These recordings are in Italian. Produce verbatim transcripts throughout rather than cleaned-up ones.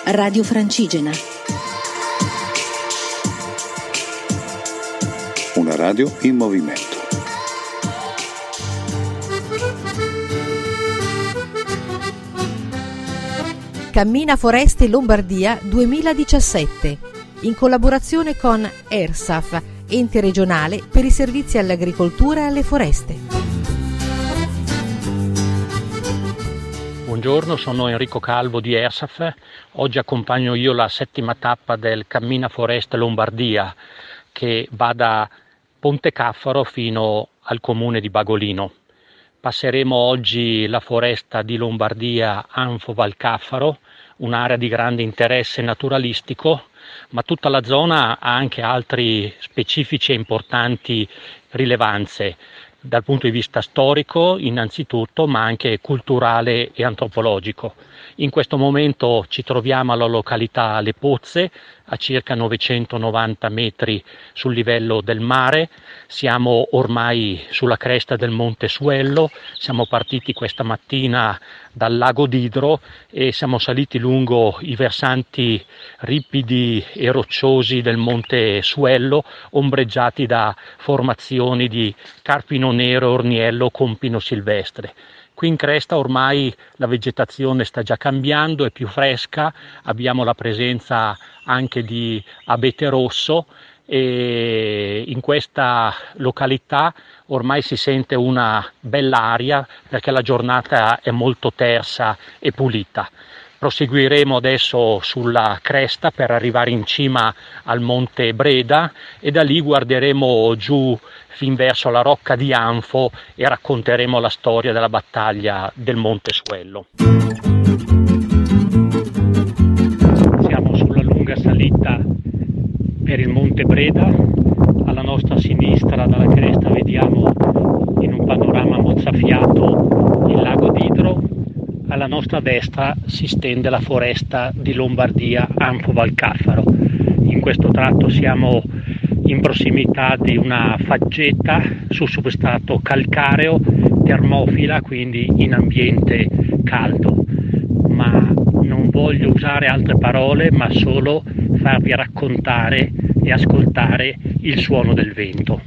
Radio Francigena. Una radio in movimento. Cammina Foreste Lombardia duemiladiciassette, in collaborazione con ERSAF, ente regionale per i servizi all'agricoltura e alle foreste. Buongiorno, sono Enrico Calvo di ERSAF. Oggi accompagno io la settima tappa del Cammina Foreste Lombardia, che va da Ponte Caffaro fino al comune di Bagolino. Passeremo oggi la foresta di Lombardia Anfo Val Caffaro, un'area di grande interesse naturalistico, ma tutta la zona ha anche altri specifici e importanti rilevanze dal punto di vista storico innanzitutto, ma anche culturale e antropologico. In questo momento ci troviamo alla località Le Pozze, a circa novecentonovanta metri sul livello del mare. Siamo ormai sulla cresta del Monte Suello, siamo partiti questa mattina dal lago d'Idro e siamo saliti lungo i versanti ripidi e rocciosi del Monte Suello, ombreggiati da formazioni di carpino nero, orniello con pino silvestre. Qui in cresta ormai la vegetazione sta già cambiando, è più fresca, abbiamo la presenza anche di abete rosso e in questa località ormai si sente una bella aria perché la giornata è molto tersa e pulita. Proseguiremo adesso sulla cresta per arrivare in cima al Monte Breda e da lì guarderemo giù fin verso la Rocca di Anfo e racconteremo la storia della battaglia del Monte Suello. Siamo sulla lunga salita per il Monte Breda. Alla nostra sinistra dalla cresta vediamo in un panorama mozzafiato il lago d'Idro. Alla nostra destra si stende la foresta di Lombardia Anfo Val Caffaro. In questo tratto siamo in prossimità di una faggeta su substrato calcareo, termofila, quindi in ambiente caldo. Ma non voglio usare altre parole, ma solo farvi raccontare e ascoltare il suono del vento.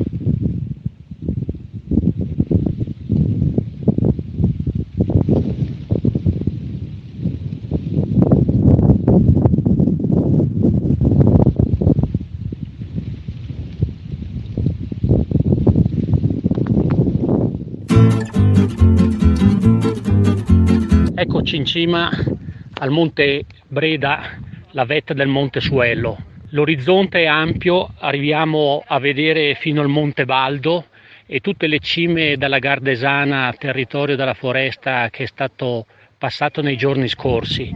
Eccoci in cima al Monte Breda, la vetta del Monte Suello. L'orizzonte è ampio, arriviamo a vedere fino al Monte Baldo e tutte le cime della Gardesana, territorio della foresta che è stato passato nei giorni scorsi.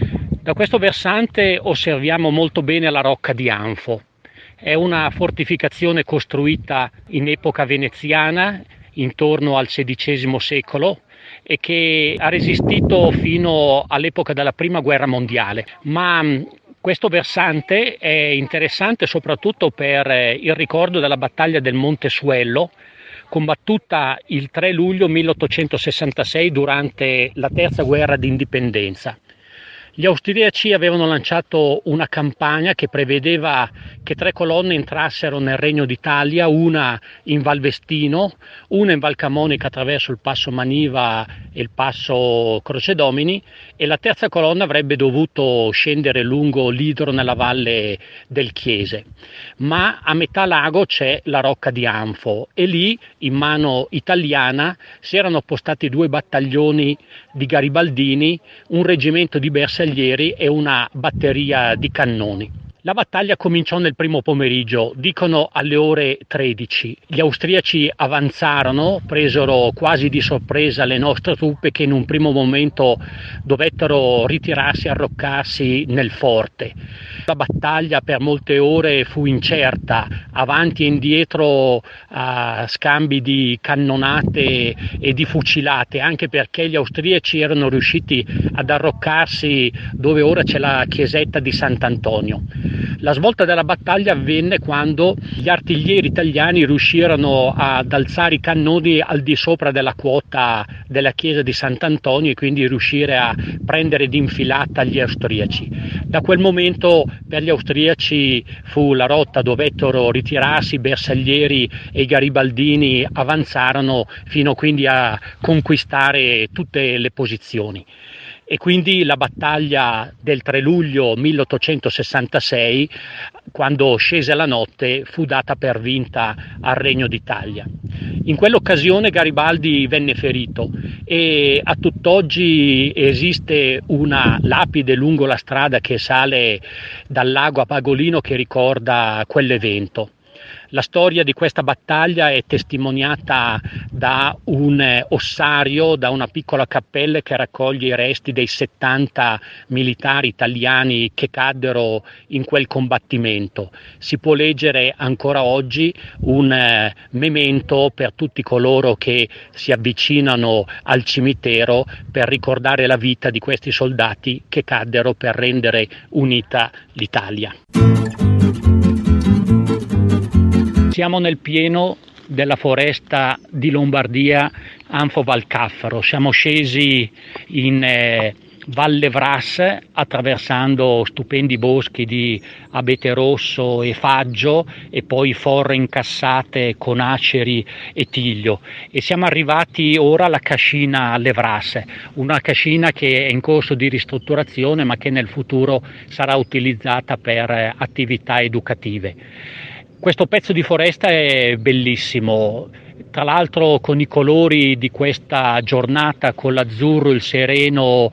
Da questo versante osserviamo molto bene la Rocca di Anfo. È una fortificazione costruita in epoca veneziana, intorno al sedicesimo secolo, e che ha resistito fino all'epoca della Prima Guerra Mondiale. Ma questo versante è interessante soprattutto per il ricordo della battaglia del Monte Suello, combattuta il tre luglio milleottocentosessantasei durante la terza guerra d'indipendenza. Gli austriaci avevano lanciato una campagna che prevedeva che tre colonne entrassero nel Regno d'Italia, una in Val Vestino, una in Val Camonica attraverso il passo Maniva e il passo Crocedomini, e la terza colonna avrebbe dovuto scendere lungo l'Idro nella valle del Chiese. Ma a metà lago c'è la Rocca di Anfo e lì, in mano italiana, si erano appostati due battaglioni di garibaldini, un reggimento di bersaglieri e una batteria di cannoni. La battaglia cominciò nel primo pomeriggio, dicono alle ore tredici. Gli austriaci avanzarono, presero quasi di sorpresa le nostre truppe che in un primo momento dovettero ritirarsi e arroccarsi nel forte. La battaglia per molte ore fu incerta, avanti e indietro a scambi di cannonate e di fucilate, anche perché gli austriaci erano riusciti ad arroccarsi dove ora c'è la chiesetta di Sant'Antonio. La svolta della battaglia avvenne quando gli artiglieri italiani riuscirono ad alzare i cannoni al di sopra della quota della chiesa di Sant'Antonio e quindi riuscire a prendere d'infilata gli austriaci. Da quel momento per gli austriaci fu la rotta, dovettero ritirarsi, i bersaglieri e i garibaldini avanzarono fino quindi a conquistare tutte le posizioni. E quindi la battaglia del tre luglio milleottocentosessantasei, quando scese la notte, fu data per vinta al Regno d'Italia. In quell'occasione Garibaldi venne ferito e a tutt'oggi esiste una lapide lungo la strada che sale dal lago a Pagolino che ricorda quell'evento. La storia di questa battaglia è testimoniata da un ossario, da una piccola cappella che raccoglie i resti dei settanta militari italiani che caddero in quel combattimento. Si può leggere ancora oggi un memento per tutti coloro che si avvicinano al cimitero per ricordare la vita di questi soldati che caddero per rendere unita l'Italia. Siamo nel pieno della foresta di Lombardia, Anfo Val Caffaro. Siamo scesi in eh, Valle Vras attraversando stupendi boschi di abete rosso e faggio e poi forre incassate con aceri e tiglio, e siamo arrivati ora alla cascina alle Vras, una cascina che è in corso di ristrutturazione ma che nel futuro sarà utilizzata per eh, attività educative. Questo pezzo di foresta è bellissimo, tra l'altro con i colori di questa giornata, con l'azzurro, il sereno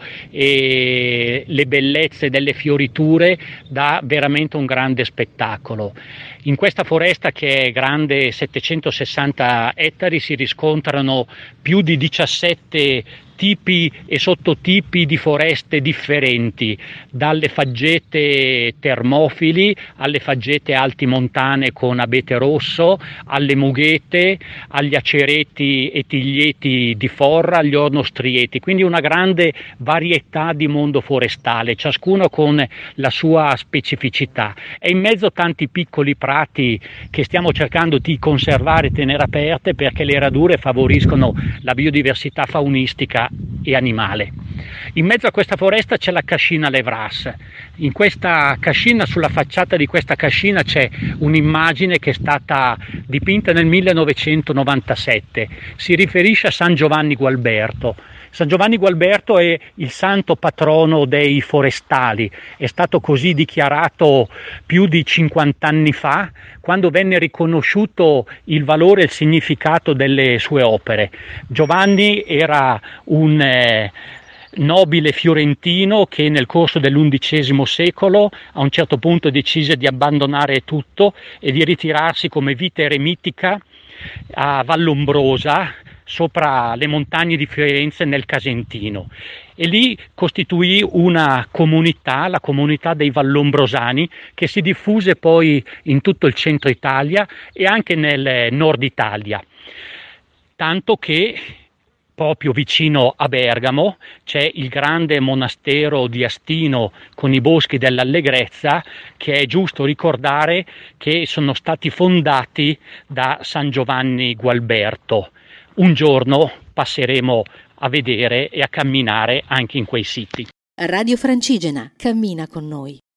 e le bellezze delle fioriture, dà veramente un grande spettacolo. In questa foresta, che è grande settecentosessanta ettari, si riscontrano più di diciassette tipi e sottotipi di foreste differenti, dalle faggete termofili alle faggete altimontane con abete rosso, alle mughete, agli acereti e tiglieti di forra, agli ornostrieti, quindi una grande varietà di mondo forestale, ciascuno con la sua specificità. E in mezzo a tanti piccoli prati che stiamo cercando di conservare e tenere aperte, perché le radure favoriscono la biodiversità faunistica e animale. In mezzo a questa foresta c'è la cascina Le Vras. In questa cascina, sulla facciata di questa cascina, c'è un'immagine che è stata dipinta nel millenovecentonovantasette. Si riferisce a San Giovanni Gualberto. San Giovanni Gualberto è il santo patrono dei forestali, è stato così dichiarato più di cinquanta anni fa, quando venne riconosciuto il valore e il significato delle sue opere. Giovanni era un eh, nobile fiorentino che nel corso dell'undicesimo secolo a un certo punto decise di abbandonare tutto e di ritirarsi come vita eremitica a Vallombrosa, sopra le montagne di Firenze, nel Casentino, e lì costituì una comunità, la comunità dei Vallombrosani, che si diffuse poi in tutto il centro Italia e anche nel nord Italia, tanto che proprio vicino a Bergamo c'è il grande monastero di Astino con i boschi dell'Allegrezza, che è giusto ricordare che sono stati fondati da San Giovanni Gualberto. Un giorno passeremo a vedere e a camminare anche in quei siti. Radio Francigena, cammina con noi.